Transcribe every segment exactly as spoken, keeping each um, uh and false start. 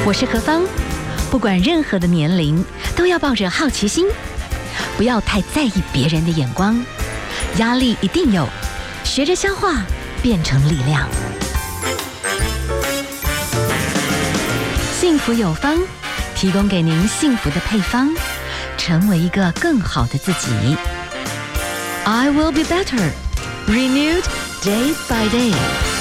我是何芳，不管任何的年龄，都要抱着好奇心，不要太在意别人的眼光。压力一定有，学着消化，变成力量。幸福有方，提供给您幸福的配方，成为一个更好的自己。I will be better, renewed day by day。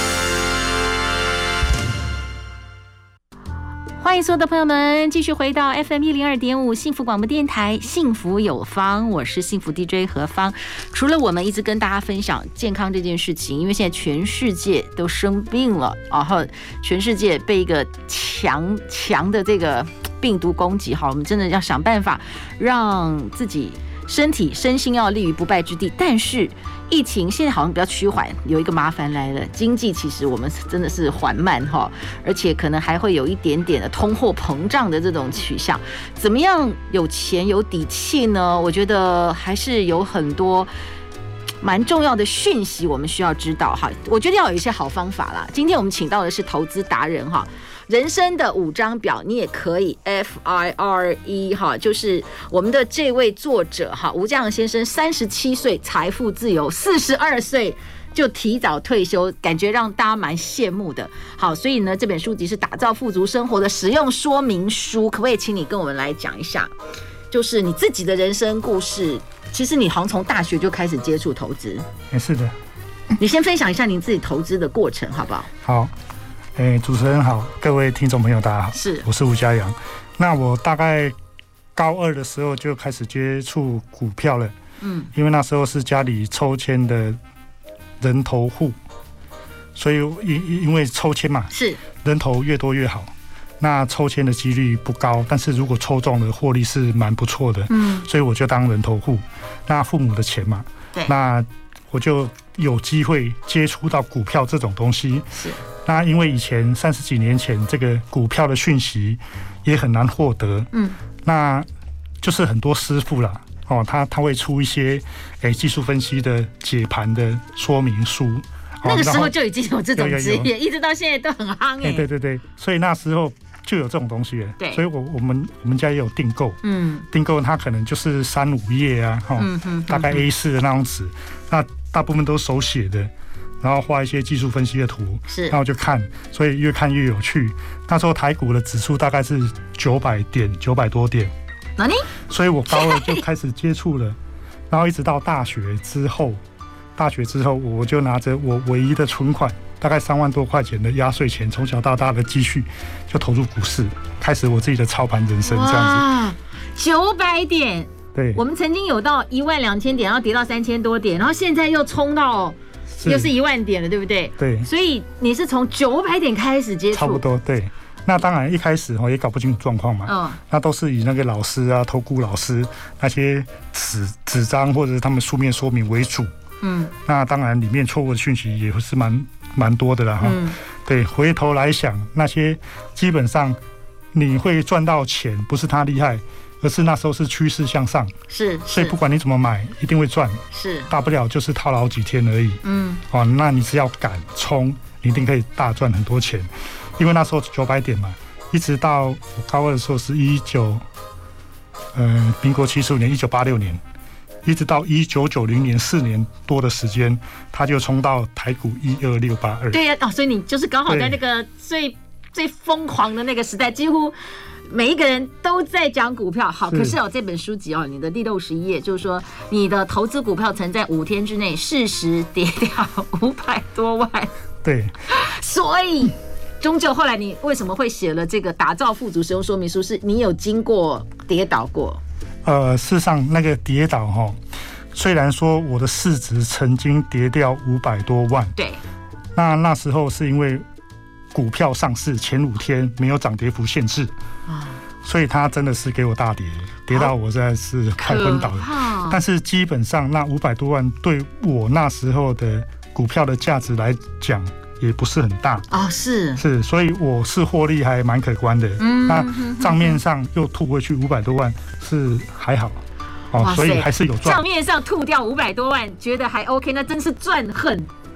欢迎所有的朋友们继续回到 F M 一零二点五幸福广播电台，幸福有方，我是幸福 D J 何芳。除了我们一直跟大家分享健康这件事情，因为现在全世界都生病了，然后全世界被一个强强的这个病毒攻击，好，我们真的要想办法让自己身体身心要立于不败之地。但是疫情现在好像比较趋缓，有一个麻烦来了，经济其实我们真的是缓慢哈，而且可能还会有一点点的通货膨胀的这种取向。怎么样有钱有底气呢？我觉得还是有很多蛮重要的讯息我们需要知道哈。我觉得要有一些好方法啦。今天我们请到的是投资达人哈。人生的五张表，你也可以 F I R E 哈，就是我们的这位作者哈，吴家阳先生，三十七岁财富自由，四十二岁就提早退休，感觉让大家蛮羡慕的。好，所以呢，这本书籍是打造富足生活的实用说明书，可不可以请你跟我们来讲一下，就是你自己的人生故事？其实你好像从大学就开始接触投资， 也是的。 你先分享一下你自己投资的过程，好不好？ 好。欸、主持人好，各位听众朋友大家好， 是， 我是吴家阳。那我大概高二的时候就开始接触股票了，嗯，因为那时候是家里抽签的人头户，所以因因为抽签嘛，是人头越多越好。那抽签的几率不高，但是如果抽中了，获利是蛮不错的，嗯，所以我就当人头户。那父母的钱嘛，对，那我就有机会接触到股票这种东西，是。那因为以前三十几年前，这个股票的讯息也很难获得，嗯，那就是很多师傅啦，哦，他他会出一些诶、欸、技术分析的解盘的说明书， 那个时候就已经有这种职业，一直到现在都很夯哎、欸， 对对对，所以那时候就有这种东西了，对，所以我我们我们家也有订购，嗯，订购它可能就是三五页啊，哈、嗯嗯，大概 A 四 的那种纸，那大部分都是手写的。然后画一些技术分析的图，是，然后就看，所以越看越有趣。那时候台股的指数大概是九百点，九百多点，哪里？所以我高二就开始接触了，然后一直到大学之后，大学之后我就拿着我唯一的存款，大概三万多块钱的压岁钱，从小到大的积蓄，就投入股市，开始我自己的操盘人生这样子。 九百点， 对， 我们曾经有到一万两千点，然后跌到三千多点，然后现在又冲到。又是一万点了，对不对？ 对， 所以你是从九百点开始接触， 差不多对。那当然一开始也搞不清楚状况嘛，嗯，那都是以那个老师啊、投顾老师那些纸纸张或者是他们书面说明为主，嗯，那当然里面错误的讯息也是蛮蛮多的啦，哈、嗯。对，回头来想，那些基本上你会赚到钱，不是他厉害。而是那时候是趋势向上，是，所以不管你怎么买，一定会赚，是，大不了就是套牢几天而已，嗯，哦，那你只要敢冲，你一定可以大赚很多钱，因为那时候九百点嘛，一直到我高二的时候是一九，呃，民国七十五年，一九八六年，一直到一九九零年，四年多的时间，它就冲到台股一二六八二， 对呀、啊，哦，所以你就是刚好在那个最最疯狂的那个时代，几乎。每一个人都在讲股票，好，可是有、哦、这本书籍哦，你的第六十一页就是说，你的投资股票曾在五天之内适时跌掉五百多万， 对， 所以终究后来你为什么会写了这个打造富足使用说明书？是你有经过跌倒过？ 呃，事实上那个跌倒哈、哦，虽然说我的市值曾经跌掉五百多万，对，那那时候是因为。股票上市前五天没有涨跌幅限制，所以它真的是给我大跌，跌到我实在是快昏倒了。但是基本上那五百多万对我那时候的股票的价值来讲，也不是很大哦，是是，所以我是获利还蛮可观的。嗯，那账面上又吐回去五百多万，是还好哦，所以还是有赚。 账面上吐掉五百多万，觉得还 OK， 那真是赚很。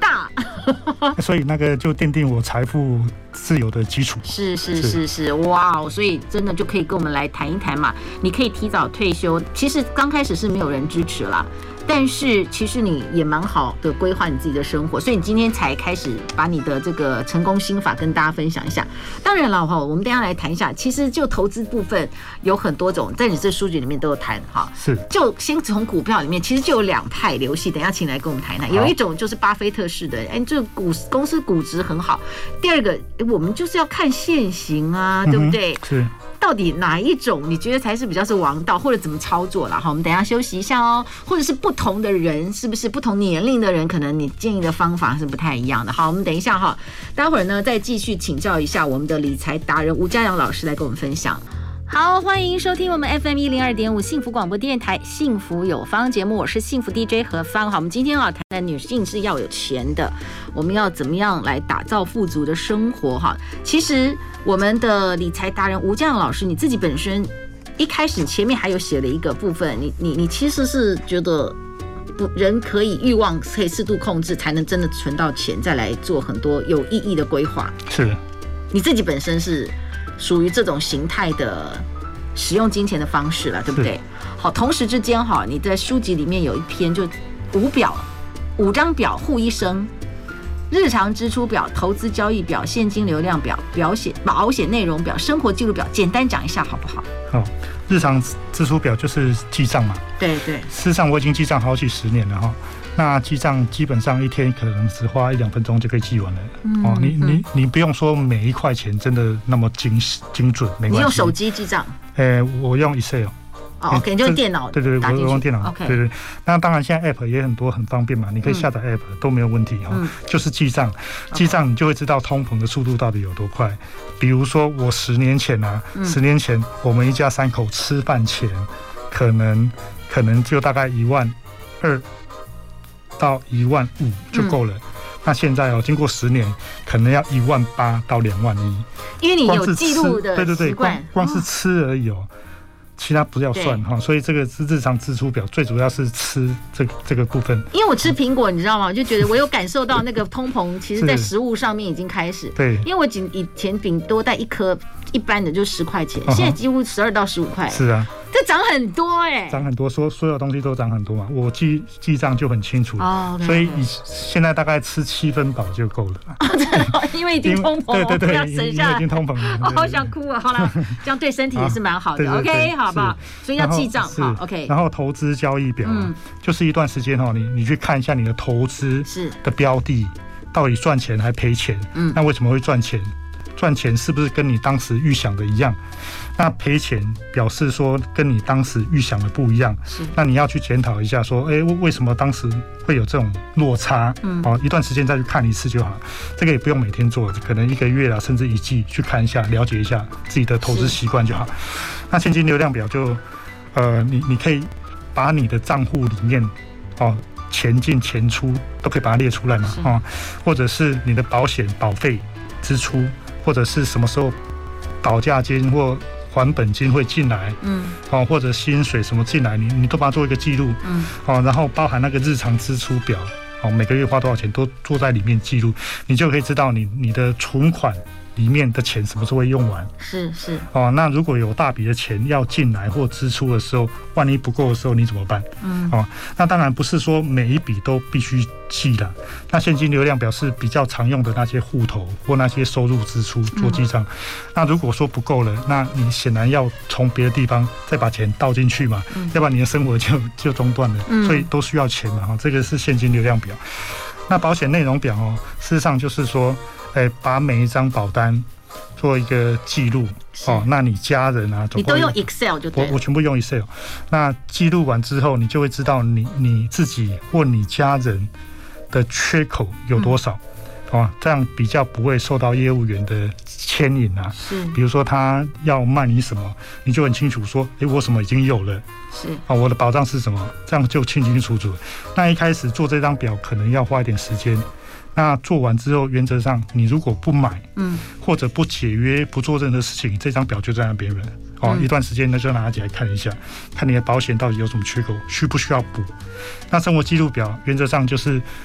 大， 所以那个就奠定我财富自由的基础。 是是是是，哇！所以真的就可以跟我们来谈一谈嘛。你可以提早退休，其实刚开始是没有人支持啦。但是其实你也蛮好的规划你自己的生活，所以你今天才开始把你的这个成功心法跟大家分享一下。当然了哈，我们等一下来谈一下，其实就投资部分有很多种，在你这书籍里面都有谈哈。 是，就先从股票里面，其实就有两派流系，等一下请来跟我们谈一谈。有一种就是巴菲特式的，哎，这个股公司估值很好。第二个，我们就是要看现行啊，对不对？ 嗯、是。 到底哪一种你觉得才是比较是王道，或者怎么操作啦？好，我们等一下休息一下哦。或者是不同的人，是不是不同年龄的人，可能你建议的方法是不太一样的。好，我们等一下哈，待会儿呢再继续请教一下我们的理财达人吴家阳老师来跟我们分享。好，欢迎收听我们 F M 一零二点五幸福广播电台幸福有方节目，我是幸福 D J 何芳。好，我们今天啊谈谈女性是要有钱的，我们要怎么样来打造富足的生活哈？其实我们的理财达人吴家阳老师，你自己本身一开始前面还有写了一个部分，你你你其实是觉得不人可以欲望可以适度控制，才能真的存到钱，再来做很多有意义的规划。 是，你自己本身是属于这种形态的使用金钱的方式了，对不对？好，同时之间哈，你在书籍里面有一篇就五表，五张表护一生，日常支出表、投资交易表、现金流量表、表险保险内容表、生活记录表，简单讲一下好不好？ 好，日常支出表就是记账嘛。 对对。 事实上我已经记账好几十年了哈。那记账基本上一天可能只花一两分钟就可以记完了。嗯、哦，你你你不用说每一块钱真的那么精精准，没关系。 你用手机记账？ 呃，我用 Excel。 哦 ，OK， 就是电脑。 对对对，我用电脑。 OK。 对对。那当然现在 App 也很多，很方便嘛，你可以下载 App、嗯、都没有问题哈、哦。就是记账，记账你就会知道通膨的速度到底有多快。比如说我十年前啊，嗯、十年前我们一家三口吃饭钱，可能可能就大概一万二。到一万五就够了、嗯，那现在哦，经过十年，可能要一万八到两万一， 因为你有记录的习惯， 对对对，光光是吃而已哦，其他不要算哈，所以这个是日常支出表，最主要是吃这个这个部分。 因为我吃苹果，你知道吗？我就觉得我有感受到那个通膨，其实在食物上面已经开始。 对， 因为我以前顶多带一颗一般的就十块钱，现在几乎十二到十五块。 是啊。 这涨很多哎、欸， 涨很多，所所有东西都涨很多嘛。我记记账就很清楚， 哦、okay, 所以以现在大概吃七分饱就够了。 哦、真的，因为已经通膨， 对对对， 要省下来， 已经通膨了。 我、哦、好想哭啊！好了，这样对身体也是蛮好的。 对对对 OK， 好不好？所以要记账，好 OK。 然后投资交易表、嗯，就是一段时间哈，你你去看一下你的投资的标的到底赚钱还赔钱，嗯，那为什么会赚钱？赚钱是不是跟你当时预想的一样？那赔钱表示说跟你当时预想的不一样，那你要去检讨一下说，哎、欸，为什么当时会有这种落差？嗯，哦，一段时间再去看一次就好。这个也不用每天做，可能一个月啦，甚至一季去看一下，了解一下自己的投资习惯就好。那现金流量表就，呃，你你可以把你的账户里面，哦，钱进钱出都可以把它列出来嘛，哦，或者是你的保险保费支出。或者是什么时候保价金或还本金会进来，嗯，哦，或者薪水什么进来，你你都把它做一个记录，嗯，哦，然后包含那个日常支出表，哦，每个月花多少钱都做在里面记录，你就可以知道你你的存款里面的钱什么时候会用完， 是是， 哦，那如果有大笔的钱要进来或支出的时候，万一不够的时候你怎么办？嗯，哦，那当然不是说每一笔都必须记了，那现金流量表是比较常用的那些户头或那些收入支出做记账、嗯。那如果说不够了，那你显然要从别的地方再把钱倒进去嘛，嗯、要不然你的生活就就中断了、嗯，所以都需要钱嘛，哈，这个是现金流量表。那保险内容表哦，事实上就是说。欸、把每一张保单做一个记录哦，那你家人啊， 你都用 Excel 就对了。 我我全部用 Excel。那记录完之后，你就会知道你你自己或你家人的缺口有多少、嗯、哦，这样比较不会受到业务员的牵引啊。是，比如说他要卖你什么，你就很清楚说，哎、欸，我什么已经有了。是啊、哦，我的保障是什么，这样就清清楚楚。那一开始做这张表可能要花一点时间。那做完之后，原则上你如果不买，嗯，或者不解约，不做任何事情，这张表就在那边了。哦，嗯、一段时间呢，就拿起来看一下，看你的保险到底有什么缺口，需不需要补。那生活记录表原则上就是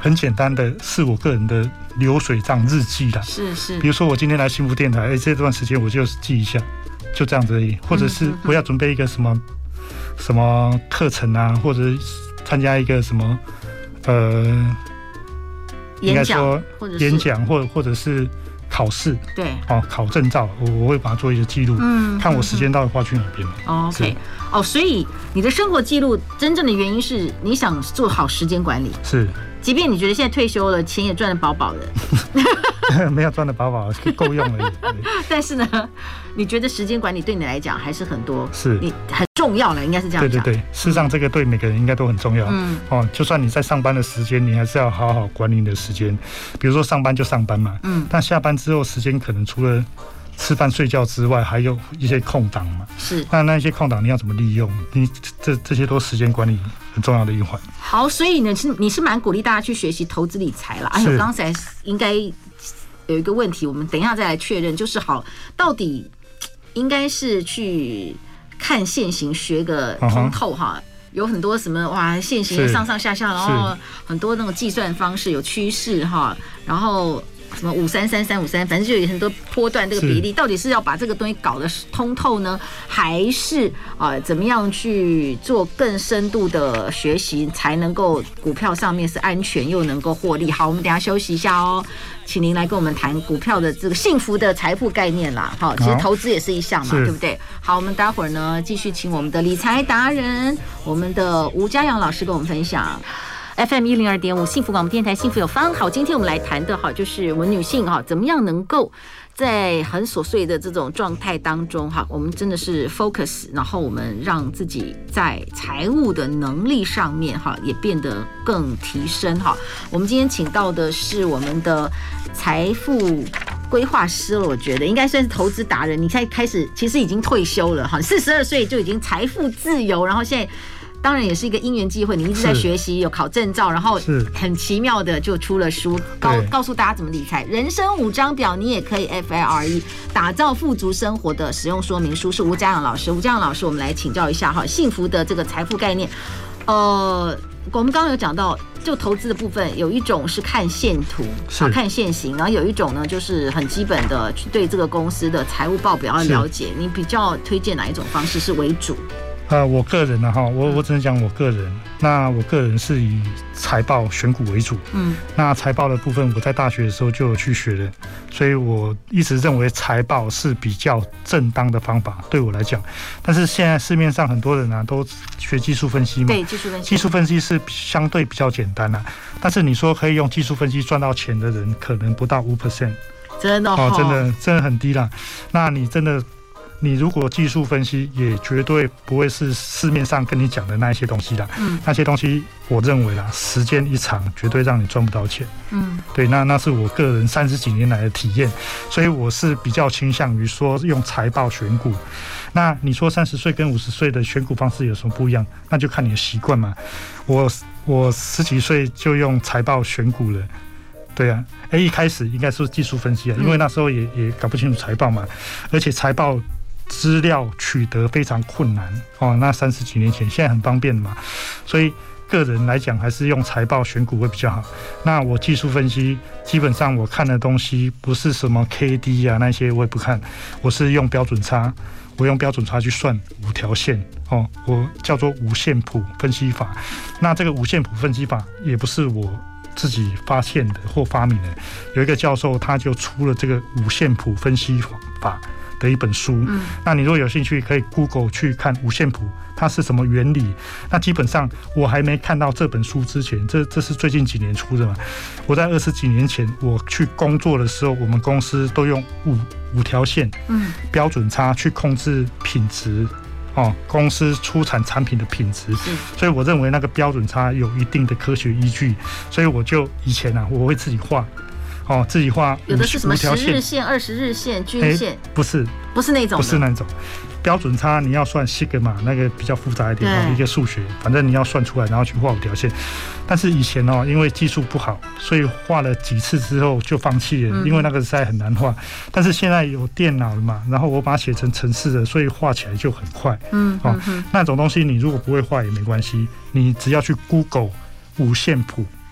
很简单的，是我个人的流水账日记啦。 是是。 比如说我今天来幸福电台，哎、欸，这段时间我就记一下，就这样子而已。或者是我要准备一个什么什么课程啊，或者参加一个什么呃，应该说演讲，或或者是考试， 对， 哦，考证照，我我会把它做一个记录，嗯，看我时间到底花去哪边了。 哦 OK， 哦，所以你的生活记录真正的原因是你想做好时间管理， 是。 即便你觉得现在退休了，钱也赚得饱饱的， 没有赚得饱饱，够用而已。 但是呢，你觉得时间管理对你来讲还是很多， 是你很重要了，应该是这样讲。 对对对，事实上这个对每个人应该都很重要。嗯，哦，就算你在上班的时间，你还是要好好管理你的时间。比如说上班就上班嘛，嗯，但下班之后时间可能除了吃饭睡觉之外，还有一些空档嘛。 是， 那那些空档你要怎么利用？你这这些都是时间管理很重要的一环。 好，所以呢，是你是蛮鼓励大家去学习投资理财了。哎呦，刚才应该有一个问题，我们等一下再来确认，就是好，到底应该是去看现行学个通透哈。Uh-huh.有很多什么哇，现行上上下下，然后很多那种计算方式，有趋势哈，然后什么五三三三五三，反正就有很多波段这个比例，到底是要把这个东西搞得通透呢，还是啊、呃、怎么样去做更深度的学习，才能够股票上面是安全又能够获利？好，我们等一下休息一下哦，请您来跟我们谈股票的这个幸福的财富概念啦。好，其实投资也是一项嘛，对不对？好，我们待会儿呢继续请我们的理财达人，我们的吴嘉阳老师跟我们分享。F M 一零二点五幸福广播电台，幸福有方。好，今天我们来谈的哈，就是我们女性哈，怎么样能够在很琐碎的这种状态当中哈，我们真的是 focus， 然后我们让自己在财务的能力上面哈，也变得更提升哈。我们今天请到的是我们的财富规划师了，我觉得应该算是投资达人。你现在开始其实已经退休了哈，四十二岁就已经财富自由，然后现在。当然也是一个因缘际会，你一直在学习，有考证照，然后很奇妙的就出了书，告告诉大家怎么理财。人生五张表，你也可以 F L R E 打造富足生活的使用说明书，是吴嘉阳老师。吴嘉阳老师，我们来请教一下哈，幸福的这个财富概念。呃，我们刚刚有讲到，就投资的部分，有一种是看线图，好看线型，然后有一种呢就是很基本的去对这个公司的财务报表要了解。你比较推荐哪一种方式是为主？ 呃，我个人呢，哈，我我只能讲我个人。那我个人是以财报选股为主。嗯，那财报的部分，我在大学的时候就有去学了，所以我一直认为财报是比较正当的方法，对我来讲。但是现在市面上很多人啊，都学技术分析嘛， 对，技术分析， 技术分析是相对比较简单啊。但是你说可以用技术分析赚到钱的人，可能不到五 percent， 真的哦， 哦真的真的很低啦。那你真的。你如果技术分析，也绝对不会是市面上跟你讲的那一些东西啦。嗯，那些东西我认为啦，时间一长，绝对让你赚不到钱。嗯，对，那那是我个人三十几年来的体验，所以我是比较倾向于说用财报选股。那你说三十岁跟五十岁的选股方式有什么不一样？那就看你的习惯嘛。我我十几岁就用财报选股了。对啊，哎，一开始应该是技术分析啊，因为那时候也也搞不清楚财报嘛，而且财报资料取得非常困难哦。那三十几年前，现在很方便嘛，所以个人来讲还是用财报选股会比较好。那我技术分析基本上我看的东西不是什么 K D 啊那些我也不看，我是用标准差，我用标准差去算五条线哦，我叫做五线谱分析法。那这个五线谱分析法也不是我自己发现的或发明的，有一个教授他就出了这个五线谱分析法的一本书。嗯，那你如果有兴趣，可以 Google 去看五线谱它是什么原理。那基本上我还没看到这本书之前，这这是最近几年出的嘛。我在二十几年前我去工作的时候，我们公司都用五五条线，嗯，标准差去控制品质。哦，公司出产产品的品质，所以我认为那个标准差有一定的科学依据，所以我就以前啊，我会自己画，哦，自己画有的是什么十日线、二十日线、均线， 不是， 不是那种， 不是那种。标准差你要算西格玛，那个比较复杂一点，一个数学，反正你要算出来，然后去画五条线。但是以前哦，因为技术不好，所以画了几次之后就放弃了，因为那个实在很难画。但是现在有电脑了嘛，然后我把它写成程式了，所以画起来就很快。嗯，哦，那种东西你如果不会画也没关系，你只要去 Google 五线谱。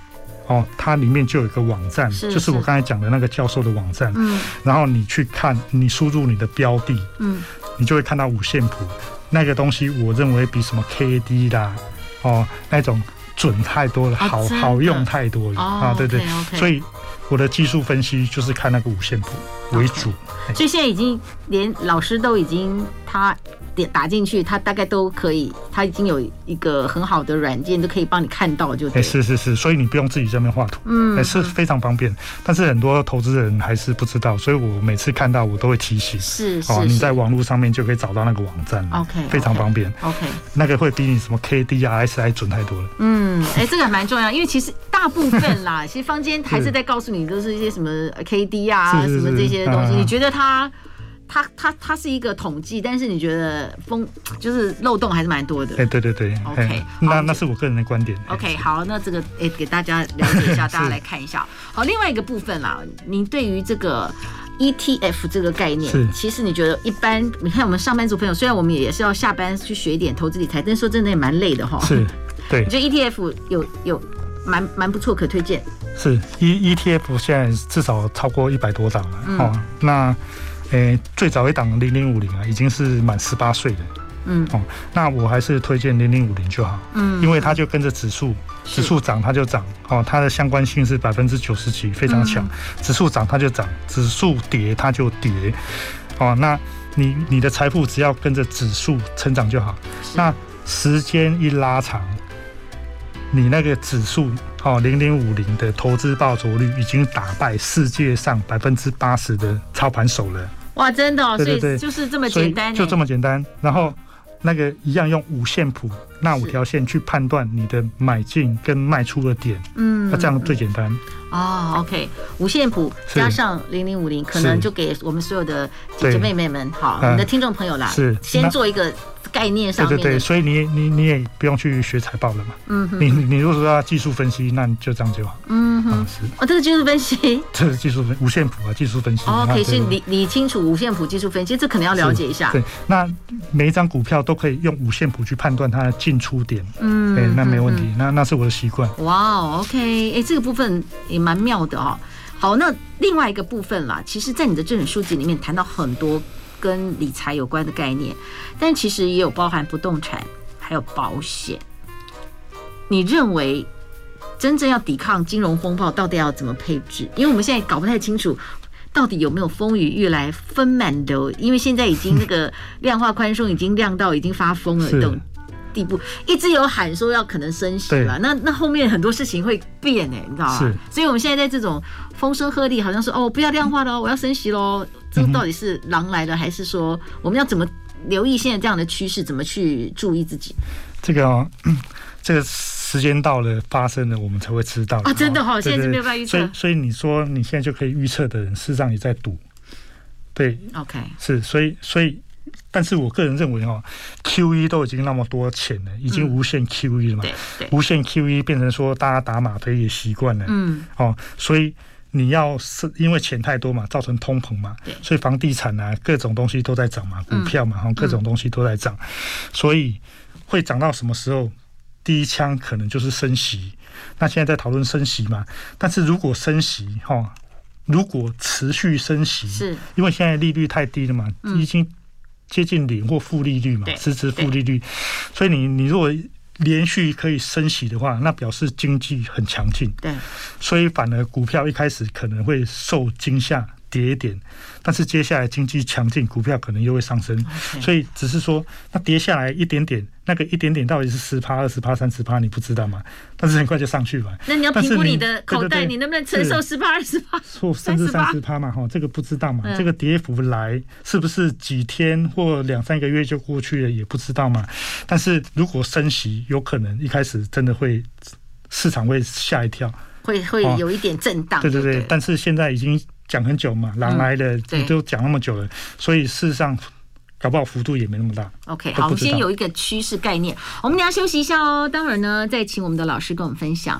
哦，它里面就有一个网站， 是就是我刚才讲的那个教授的网站。嗯，然后你去看，你输入你的标的，嗯，你就会看到五线谱那个东西，我认为比什么 K D 啦，哦那种准太多了， 哦、 好好用太多了、 哦、 啊，对对， okay, okay 所以我的技术分析就是看那个五线谱为主。 Okay, 所以现在已经连老师都已经他。打进去，它大概都可以，它已经有一个很好的软件，都可以帮你看到就对、欸。 是是是，所以你不用自己在那边画图，嗯、欸，是非常方便。但是很多投资人还是不知道，所以我每次看到我都会提醒。 是是、 哦，你在网络上面就可以找到那个网站 ，OK， 非常方便。 OK， 那个会比你什么 K D 啊、S I 准太多了。 嗯，哎、欸，这个还蛮重要，因为其实大部分啦，其实坊间还是在告诉你都是一些什么 K D 啊，什么这些东西，你觉得它？它它它是一个统计，但是你觉得风就是漏洞还是蛮多的。 哎，对对对 ，OK， 那那是我个人的观点。 OK， 好，那这个哎给大家了解一下，大家来看一下。好，另外一个部分啦，您对于这个 E T F 这个概念，其实你觉得一般？你看我们上班族朋友，虽然我们也是要下班去学一点投资理财，但是说真的也蛮累的哈。 是，对。 你觉得 E T F 有有蛮蛮不错，可推荐？ 是 E E T F 现在至少超过一百多档了，嗯、哦，那。诶，最早一档零零五零啊，已经是满十八岁的，嗯，哦，那我还是推荐零零五零就好，嗯，因为它就跟着指数，指数涨它就涨，哦，它的相关性是百分之九十几，非常强，嗯、指数涨它就涨，指数跌它就跌，哦，那你你的财富只要跟着指数成长就好，那时间一拉长，你那个指数。哦，零零五零的投资报酬率已经打败世界上百分之八十的操盘手了。 哇，真的、哦， 对对对， 所以就是这么简单， 就这么简单。然后那个一样用五线谱，那五条线去判断你的买进跟卖出的点，嗯，那这样最简单。 哦 ，OK， 五线谱加上零零五零，可能就给我们所有的姐姐妹妹们，好，我们的听众朋友啦，是先做一个概念上面的。 对对对，所以你你你也不用去学财报了嘛。嗯哼，你你如果说要技术分析，那就这样就好。嗯哼，是。 哦，这个技术分析， 这是技术分五线谱啊，技术分析。 哦，可以先理理清楚五线谱技术分析，这可能要了解一下。 对，那每一张股票都可以用五线谱去判断它的进出点。嗯，哎，那没问题，那那是我的习惯。 哇 ，OK， 哎，这个部分也蛮妙的哦。好，那另外一个部分啦，其实，在你的这本书籍里面谈到很多跟理财有关的概念，但其实也有包含不动产，还有保险。你认为真正要抵抗金融风暴，到底要怎么配置？因为我们现在搞不太清楚。到底有没有风雨欲来丰满的？因为现在已经那个量化宽松已经量到已经发疯了这种地步，一直有喊说要可能升息了，那那后面很多事情会变哎、欸，你知道吗？所以我们现在在这种风声鹤唳，好像说哦不要量化了，我要升息喽，这到底是狼来了，还是说我们要怎么留意现在这样的趋势，怎么去注意自己？ 这个、哦嗯、这个。时间到了，发生了，我们才会知道啊！真的哈、哦，现在是没有办法预测。 所以，所以你说你现在就可以预测的人，事实上也在赌。对 ，OK， 是，所以，所以，但是我个人认为哈 ，Q E 都已经那么多钱了，已经无限 Q E 了嘛，嗯、对对，无限 Q E 变成说大家打吗啡也习惯了，嗯，哦，所以你要是因为钱太多嘛，造成通膨嘛，对，所以房地产啊，各种东西都在涨嘛，股票嘛，哈、嗯，各种东西都在涨，所以会涨到什么时候？第一枪可能就是升息，那现在在讨论升息嘛？但是如果升息哈，如果持续升息，是因为现在利率太低了嘛，嗯、已经接近零或负利率嘛，实质负利率，所以你你如果连续可以升息的话，那表示经济很强劲，对，所以反而股票一开始可能会受惊吓。跌一点，但是接下来经济强劲，股票可能又会上升， okay. 所以只是说，那跌下来一点点，那个一点点到底是十趴、二十趴、三十趴，你不知道嘛？但是很快就上去嘛。 那你要评估你的口袋，你能不能承受十趴、二十趴， 甚至三十趴嘛？哈，这个不知道嘛？嗯、这个跌幅来是不是几天或两三个月就过去了，也不知道嘛。但是如果升息，有可能一开始真的会市场会吓一跳， 会会有一点震荡、哦。 对对对，但是现在已经。讲很久嘛，狼来了，你都讲那么久了，所以事实上搞不好幅度也没那么大。 OK， 好，我们先有一个趋势概念，我们等一下休息一下哦，待会儿呢再请我们的老师跟我们分享。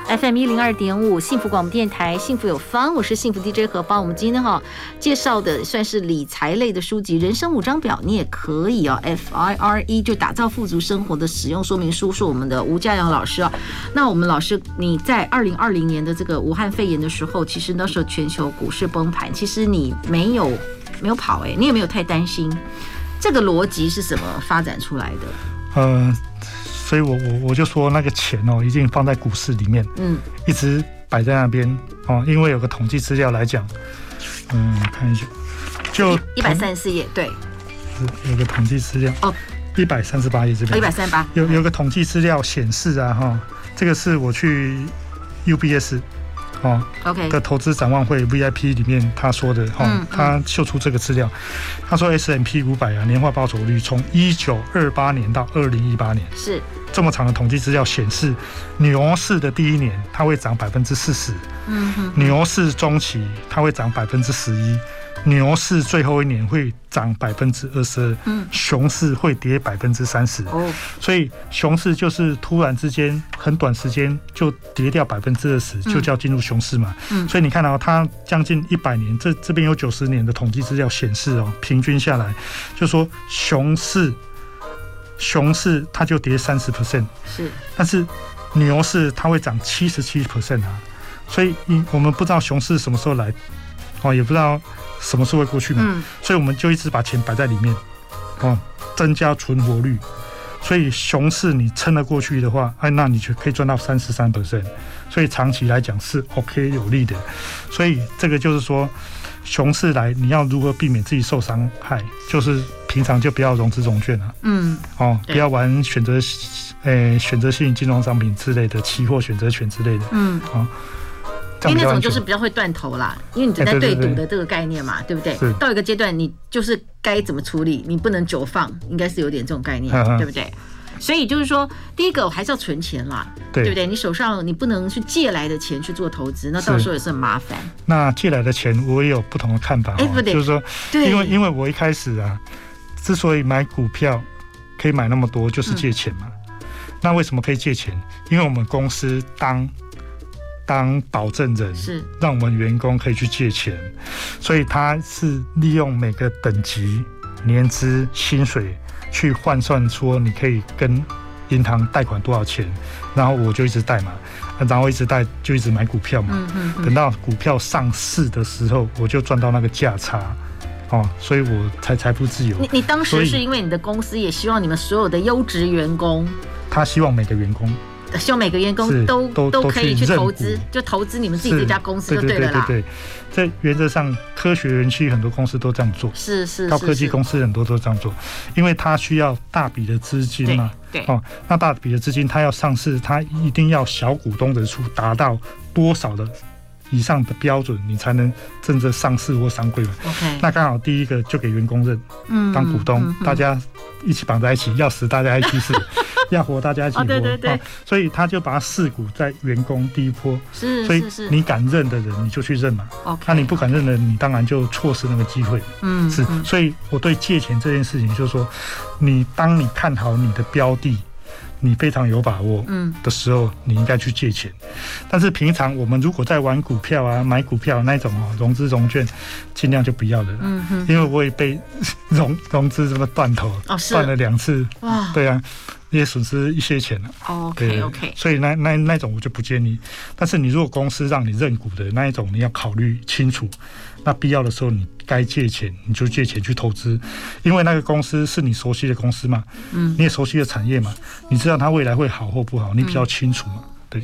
F M 一零二点五幸福广播电台，幸福有方，我是幸福 D J 何芳。我们今天哈介绍的算是理财类的书籍，《人生五张表》，你也可以哦 ，F I R E 就打造富足生活的使用说明书，是我们的吴家阳老师啊。那我们老师，你在二零二零年的这个武汉肺炎的时候，其实那时候全球股市崩盘，其实你没有没有跑哎、欸，你也没有太担心。这个逻辑是什么发展出来的？ 呃。所以我我我就说那个钱哦，已经放在股市里面，嗯，一直摆在那边哦，因为有个统计资料来讲，嗯，看一下，就一百三十四页，对， 有个统计资料哦，一百三十八页这边， 一百三十八， 有有个统计资料显示啊，哈，这个是我去 U B S 哦 ，OK 的投资展望会 V I P 里面他说的哈、嗯，他秀出这个资料，他说 S and P 五百啊年化报酬率从一九二八年到二零一八年是。 这么长的统计资料显示，牛市的第一年它会涨百分之四十，牛市中期它会涨百分之十一，牛市最后一年会涨百分之二十二，熊市会跌百分之三十。所以熊市就是突然之间很短时间就跌掉百分之二十，就叫进入熊市嘛。嗯、所以你看到、哦、它将近一百年，这这边有九十年的统计资料显示哦，平均下来就说熊市。熊市它就跌 百分之三十， 是，但是牛市它会涨 百分之七十七 啊，所以我们不知道熊市什么时候来，哦，也不知道什么时候会过去嘛，嗯、所以我们就一直把钱摆在里面，哦，增加存活率。所以熊市你撑得过去的话，哎，那你就可以赚到 百分之三十三， 所以长期来讲是 OK 有利的。所以这个就是说，熊市来你要如何避免自己受伤害，就是平常就不要融资融券啊，嗯，哦，不要玩选择，诶，选择性金融商品之类的，期货选择权之类的，嗯，哦。 因为那种就是比较会断头啦，因为你只在对赌的这个概念嘛，欸、对, 对, 对, 对不对？到一个阶段，你就是该怎么处理，你不能久放，应该是有点这种概念，呵呵对不对？所以就是说，第一个我还是要存钱啦， 对, 对不对？你手上你不能去借来的钱去做投资，那到时候也是很麻烦。 那借来的钱我也有不同的看法、哦，哎、欸，不对，就是说，因为因为我一开始啊，之所以买股票可以买那么多，就是借钱嘛。嗯、那为什么可以借钱？因为我们公司当。当保证人，是让我们员工可以去借钱，所以他是利用每个等级、年资、薪水去换算说你可以跟银行贷款多少钱，然后我就一直贷嘛，然后一直贷就一直买股票嘛，嗯嗯嗯等到股票上市的时候，我就赚到那个价差。哦，所以我才财富自由。 你你当时是因为你的公司也希望你们所有的优质员工， 他希望每个员工。 希望每个员工都 都, 都可以去投资，就投资你们自己这家公司就对了啦。 对对对对，在原则上，科学园区很多公司都这样做， 是是。 高科技公司很多都这样做，因为它需要大笔的资金嘛。 对。 哦，那大笔的资金，它要上市，它一定要小股东人数达到多少的以上的标准，你才能真正上市或上柜嘛。 OK。 那刚好第一个就给员工认，嗯，当股东，嗯嗯、大家一起绑在一起，要死大家一起死。要活大家一起活，哦、对对对、哦，所以他就把它释股在员工第一波， 是， 所以你敢认的人你就去认嘛，那你不敢认的人，你当然就错失那个机会，嗯，是，所以我对借钱这件事情就是说，你当你看好你的标的，你非常有把握的时候，你应该去借钱。但是平常我们如果在玩股票啊、买股票那种哦，融资融券，尽量就不要了，嗯哼，因为我也被融融资这么断头，哦，断了两次，哇，对啊。也损失一些钱了。 OK OK， 所以那那那种我就不建议。但是你如果公司让你认股的那一种，你要考虑清楚。那必要的时候，你该借钱你就借钱去投资，因为那个公司是你熟悉的公司嘛，嗯，你也熟悉的产业嘛，你知道它未来会好或不好，你比较清楚嘛，对。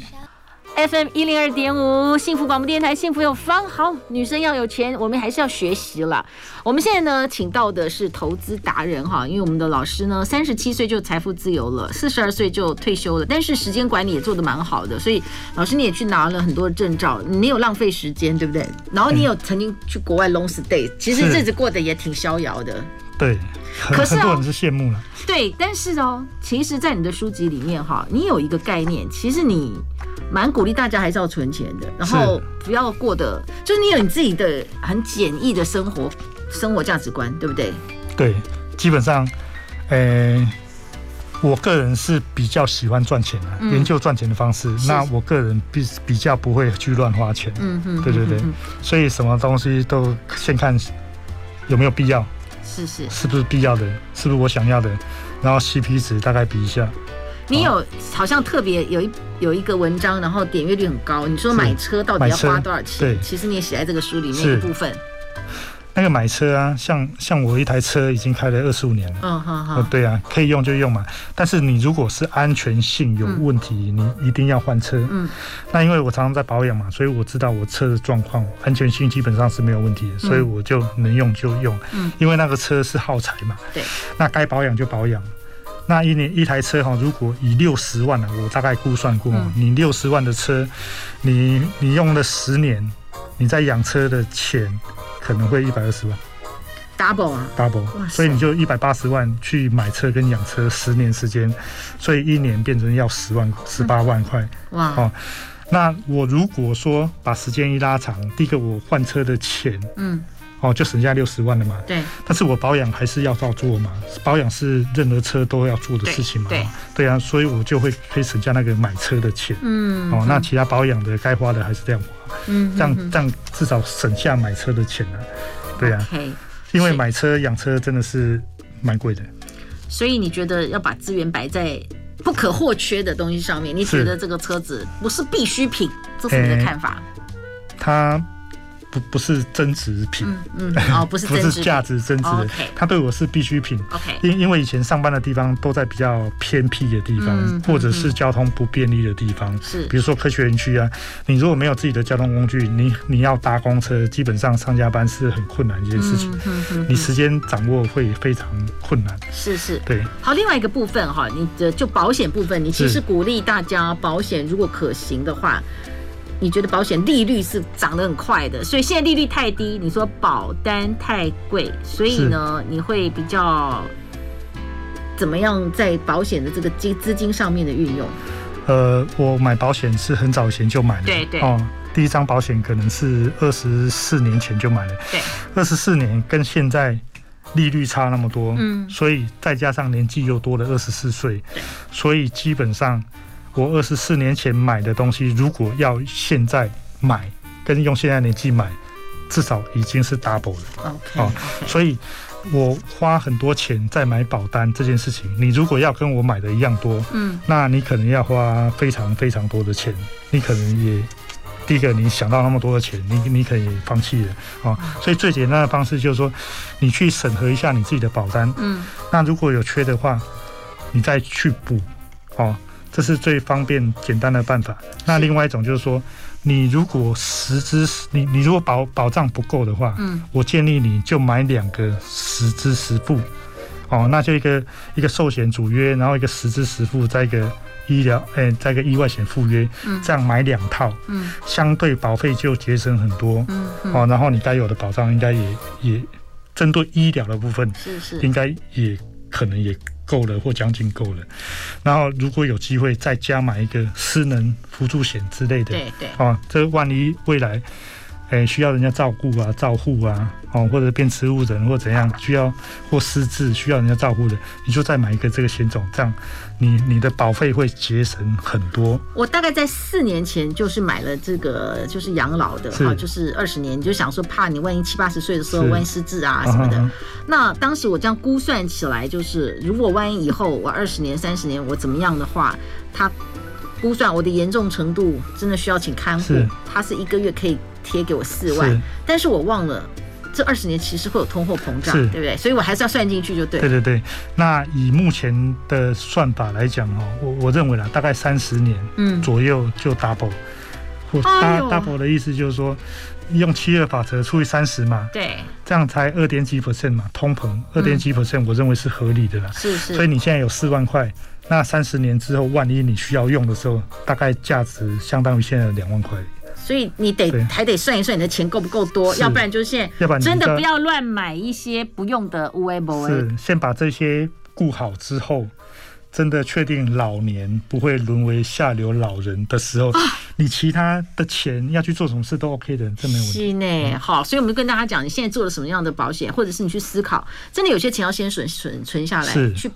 F M 一零二点五幸福广播电台，幸福有方。好，女生要有钱，我们还是要学习了。我们现在呢，请到的是投资达人哈，因为我们的老师呢，三十七岁就财富自由了，四十二岁就退休了，但是时间管理也做得蛮好的，所以老师你也去拿了很多的证照，你没有浪费时间，对不对？然后你有曾经去国外 long stay， 其实日子过得也挺逍遥的。 对，可是、哦、很多人是羡慕了。 对，但是哦，其实，在你的书籍里面哈，你有一个概念，其实你蛮鼓励大家还是要存钱的，然后不要过得，就是你有你自己的很简易的生活生活价值观，对不对？ 对，基本上，呃， 我个人是比较喜欢赚钱的、啊嗯，研究赚钱的方式。那我个人比比较不会去乱花钱。嗯嗯，对对对、嗯。所以什么东西都先看有没有必要，是是，是不是必要的，是不是我想要的，然后 C P 值大概比一下。 你有好像特别有一有一个文章，然后点阅率很高。你说买车到底要花多少钱？对，其实你也写在这个书里面一部分。 那个买车啊，像像我一台车已经开了二十五年了，嗯好好，对啊，可以用就用嘛。但是你如果是安全性有问题，嗯、你一定要换车。嗯，那因为我常常在保养嘛，所以我知道我车的状况，安全性基本上是没有问题的，嗯、所以我就能用就用。嗯，因为那个车是耗材嘛，对，那该保养就保养。那一年一台车哈，如果以六十万啊，我大概估算过，嗯、你六十万的车，你你用了十年，你在养车的钱。可能会一百二十万 ，double 啊 ，double， 所以你就一百八十万去买车跟养车十年时间，所以一年变成要十万十八万块，哇！哦，那我如果说把时间一拉长，第一个我换车的钱，嗯，哦，就省下六十万了嘛，对。但是我保养还是要照做嘛，保养是任何车都要做的事情嘛，对，对啊，所以我就会可以省下那个买车的钱，嗯，哦，那其他保养的该花的还是这样花。嗯，这样这样至少省下买车的钱啊，对啊， okay, 因为买车养车真的是蛮贵的， 所以你觉得要把资源摆在不可或缺的东西上面？你觉得这个车子不是必需品，这是你的看法？ 欸、它不不是增值品， 嗯嗯，哦，不是增值品， 不是价值增值的， okay. 它对我是必需品。OK， 因因为以前上班的地方都在比较偏僻的地方，嗯、或者是交通不便利的地方，是，比如说科学园区啊，你如果没有自己的交通工具，你你要搭公车，基本上上下班是很困难一件事情，嗯嗯嗯、你时间掌握会非常困难。 是是， 对。 好，另外一个部分哈，你的就保险部分，你其实鼓励大家保险如果可行的话。你觉得保险利率是涨得很快的，所以现在利率太低，你说保单太贵，所以呢，你会比较怎么样在保险的这个资金上面的运用？ 呃，我买保险是很早以前就买了， 对对， 哦，第一张保险可能是二十四年前就买了，对，二十四年跟现在利率差那么多，嗯，所以再加上年纪又多了二十四岁，所以基本上。我二十四年前买的东西，如果要现在买，跟用现在年纪买，至少已经是 double 了。OK，, okay. 所以我花很多钱在买保单这件事情，你如果要跟我买的一样多，嗯，那你可能要花非常非常多的钱，你可能也第一个你想到那么多的钱，你你可能也放弃了哦。所以最简单的方式就是说，你去审核一下你自己的保单，嗯，那如果有缺的话，你再去补，哦。这是最方便简单的办法。那另外一种就是说，你如果实支你你如果保保障不够的话，嗯，我建议你就买两个实支实付，哦，那就一个一个寿险主约，然后一个实支实付，再一个医疗，哎、欸，再一个意外险附约，嗯，这样买两套，嗯，相对保费就节省很多，嗯，嗯哦，然后你该有的保障应该也也针对医疗的部分，是是，应该也可能也。够了或将近够了，然后如果有机会再加买一个失能辅助险之类的，对对，哦，这万一未来，欸、需要人家照顾啊、照护啊，哦，或者变植物人或怎样需要或失智需要人家照顾的，你就再买一个这个险种，这样你你的保费会节省很多。 我大概在四年前就是买了这个，就是养老的哈，就是二十年，你就想说怕你万一七八十岁的时候万一失智啊什么的。啊、那当时我这样估算起来，就是如果万一以后我二十年、三十年我怎么样的话，他估算我的严重程度真的需要请看护，他是一个月可以贴给我四万，但是我忘了。这二十年其实会有通货膨胀，对不对？所以我还是要算进去就对了。 对对对，那以目前的算法来讲哦，我我认为啦，大概三十年左右就 double，、嗯、或 double 的意思就是说，用七二法则除以三十嘛，对，这样才二点几 percent 嘛，通膨二点几 percent， 我认为是合理的啦。是是。所以你现在有四万块，那三十年之后，万一你需要用的时候，大概价值相当于现在的两万块。 所以你得还得算一算你的钱够不够多，要不然就是现在真的不要乱买一些不用的有的没的。 是，先把这些顾好之后，真的确定老年不会沦为下流老人的时候，啊、你其他的钱要去做什么事都 OK 的，这没有问题。 是呢、嗯，好，所以我们就跟大家讲，你现在做了什么样的保险，或者是你去思考，真的有些钱要先存存存下来，去把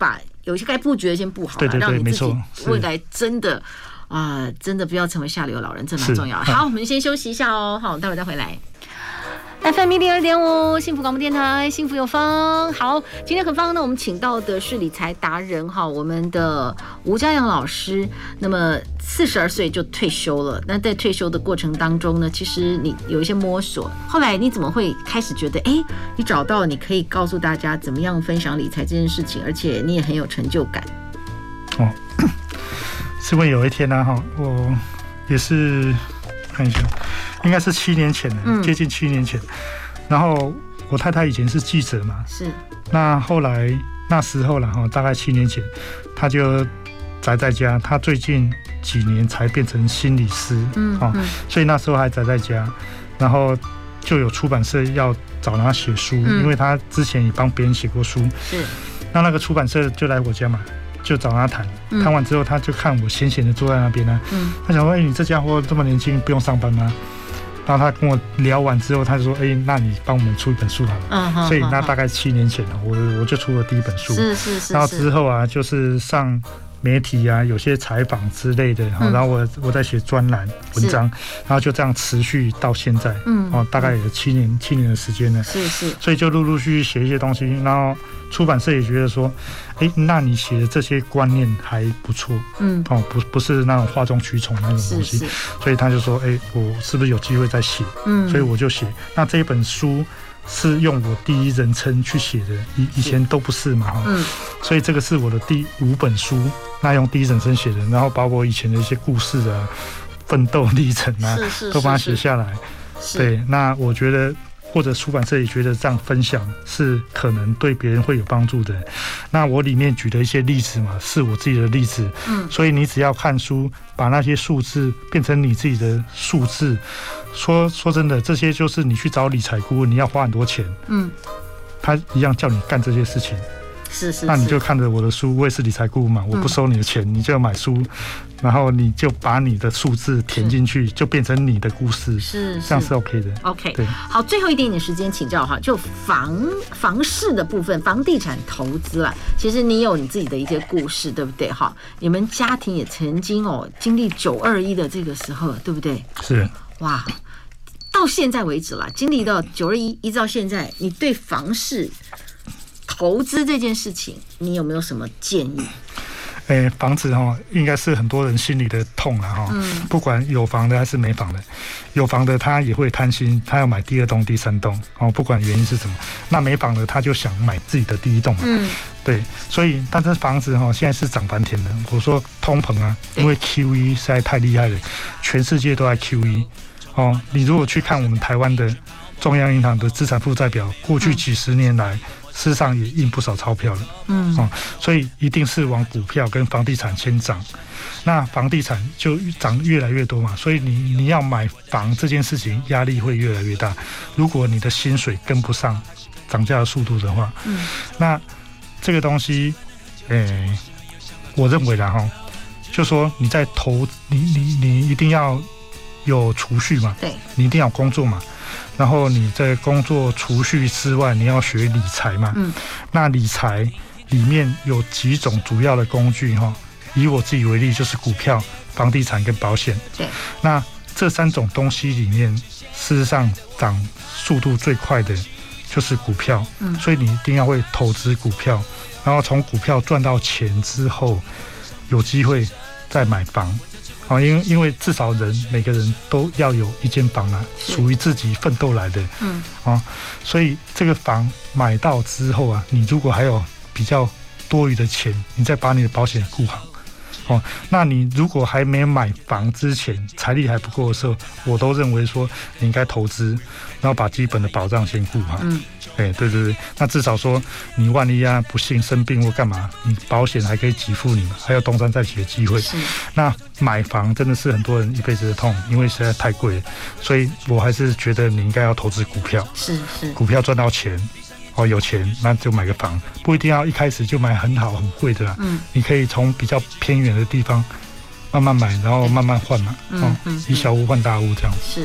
有一些该布局的先布好， 对对对， 让你自己未来没错真的啊、呃，真的不要成为下流老人，这蛮重要。好，我们先休息一下哦，好，待会再回来。F M 一零二点五幸福广播电台，幸福有方。好，今天何方呢？我们请到的是理财达人哈，我们的吴家阳老师。那么四十二岁就退休了，那在退休的过程当中呢，其实你有一些摸索。后来你怎么会开始觉得，哎，你找到你可以告诉大家怎么样分享理财这件事情，而且你也很有成就感？ 哦，是因为有一天呢、啊，哈，我也是看一下。应该是七年前了，嗯、接近七年前。然后我太太以前是记者嘛， 是。 那后来那时候了哈，大概七年前，她就宅在家。她最近几年才变成心理师，嗯，哦、嗯，所以那时候还宅在家。然后就有出版社要找她写书，嗯、因为她之前也帮别人写过书。 是。 那那个出版社就来我家嘛。就找他谈，谈完之后，他就看我闲闲的坐在那边呢、啊。嗯，他想说：“哎、欸，你这家伙这么年轻，不用上班吗？”然后他跟我聊完之后，他就说：“哎、欸，那你帮我们出一本书好了。”嗯，所以那大概七年前了，我我就出了第一本书。 是是是。 然后之后啊，就是上媒体啊，有些采访之类的，然后我我在写专栏文章，然后就这样持续到现在。嗯，哦，大概有七年七年的时间了。 是是。 所以就陆陆续续写一些东西，然后出版社也觉得说。哎，那你写的这些观念还不错，嗯，哦，不不是那种哗众取宠那种东西，所以他就说，哎，我是不是有机会再写？嗯，所以我就写。那这一本书是用我第一人称去写的，以以前都不是嘛，哈，嗯，所以这个是我的第五本书，那用第一人称写的，然后把我以前的一些故事啊、奋斗历程啊，都把它写下来。对，那我觉得。或者出版社也觉得这样分享是可能对别人会有帮助的。那我里面举的一些例子嘛，是我自己的例子，嗯，所以你只要看书，把那些数字变成你自己的数字。说说真的，这些就是你去找理财顾问，你要花很多钱，嗯，他一样叫你干这些事情。 是是是， 那你就看着我的书，我也是理财顾问嘛，我不收你的钱，嗯、你就买书，然后你就把你的数字填进去，就变成你的故事， 是这样是 OK 的。 OK， 对，好，最后一点点时间请教哈，就房房市的部分，房地产投资啊，其实你有你自己的一些故事，对不对哈？你们家庭也曾经哦经历九二一的这个时候，对不对？ 是， 哇，到现在为止啦，经历到九二一一直到现在，你对房市投资这件事情，你有没有什么建议？ 欸、房子哈，应该是很多人心里的痛了哈。嗯。不管有房的还是没房的，有房的他也会贪心，他要买第二栋、第三栋哦，不管原因是什么。那没房的他就想买自己的第一栋嘛。嗯。对，所以但是房子哈现在是涨翻天的。我说通膨啊，因为 Q E 实在太厉害了，全世界都在 Q E 哦。你如果去看我们台湾的中央银行的资产负债表，过去几十年来。事实上也印不少钞票了，嗯，哦，所以一定是往股票跟房地产先涨，那房地产就涨越来越多嘛，所以你你要买房这件事情压力会越来越大。如果你的薪水跟不上涨价的速度的话，嗯，那这个东西，诶、欸，我认为啦哈，就说你在投，你你你一定要有储蓄嘛， 对， 你一定要工作嘛。然后你在工作储蓄之外，你要学理财嘛。嗯，那理财里面有几种主要的工具哈。以我自己为例，就是股票、房地产跟保险。 对。 那这三种东西里面，事实上涨速度最快的就是股票。嗯。所以你一定要会投资股票，然后从股票赚到钱之后，有机会再买房。哦，因为因为至少人每个人都要有一间房啊，属于自己奋斗来的，嗯，哦，所以这个房买到之后啊，你如果还有比较多余的钱，你再把你的保险顾好，哦，那你如果还没买房之前，财力还不够的时候，我都认为说你应该投资，然后把基本的保障先顾好，嗯。哎、欸，对对对，那至少说你万一啊不幸生病或干嘛，你保险还可以给付你嘛，还有东山再起的机会。那买房真的是很多人一辈子的痛，因为实在太贵了，所以我还是觉得你应该要投资股票。 是是， 股票赚到钱，哦有钱那就买个房，不一定要一开始就买很好很贵的啦。嗯，你可以从比较偏远的地方慢慢买，然后慢慢换嘛。哦、嗯嗯，以小屋换大屋这样。 是。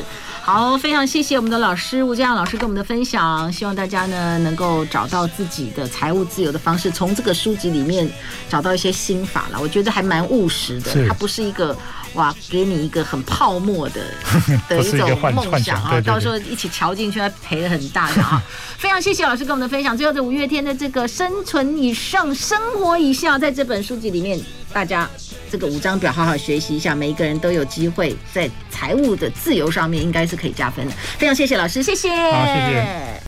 好，非常谢谢我们的老师吴家阳老师跟我们的分享，希望大家呢能够找到自己的财务自由的方式，从这个书籍里面找到一些心法了。我觉得还蛮务实的，它不是一个哇给你一个很泡沫的的一种梦想啊，到时候一起瞧进去，赔得很大的啊。非常谢谢老师跟我们的分享。最后，这五月天的这个生存以上、生活以下，在这本书籍里面，大家这个五张表好好学习一下，每一个人都有机会在财务的自由上面应该是可以加分的。非常谢谢老师，谢谢。 好，谢谢。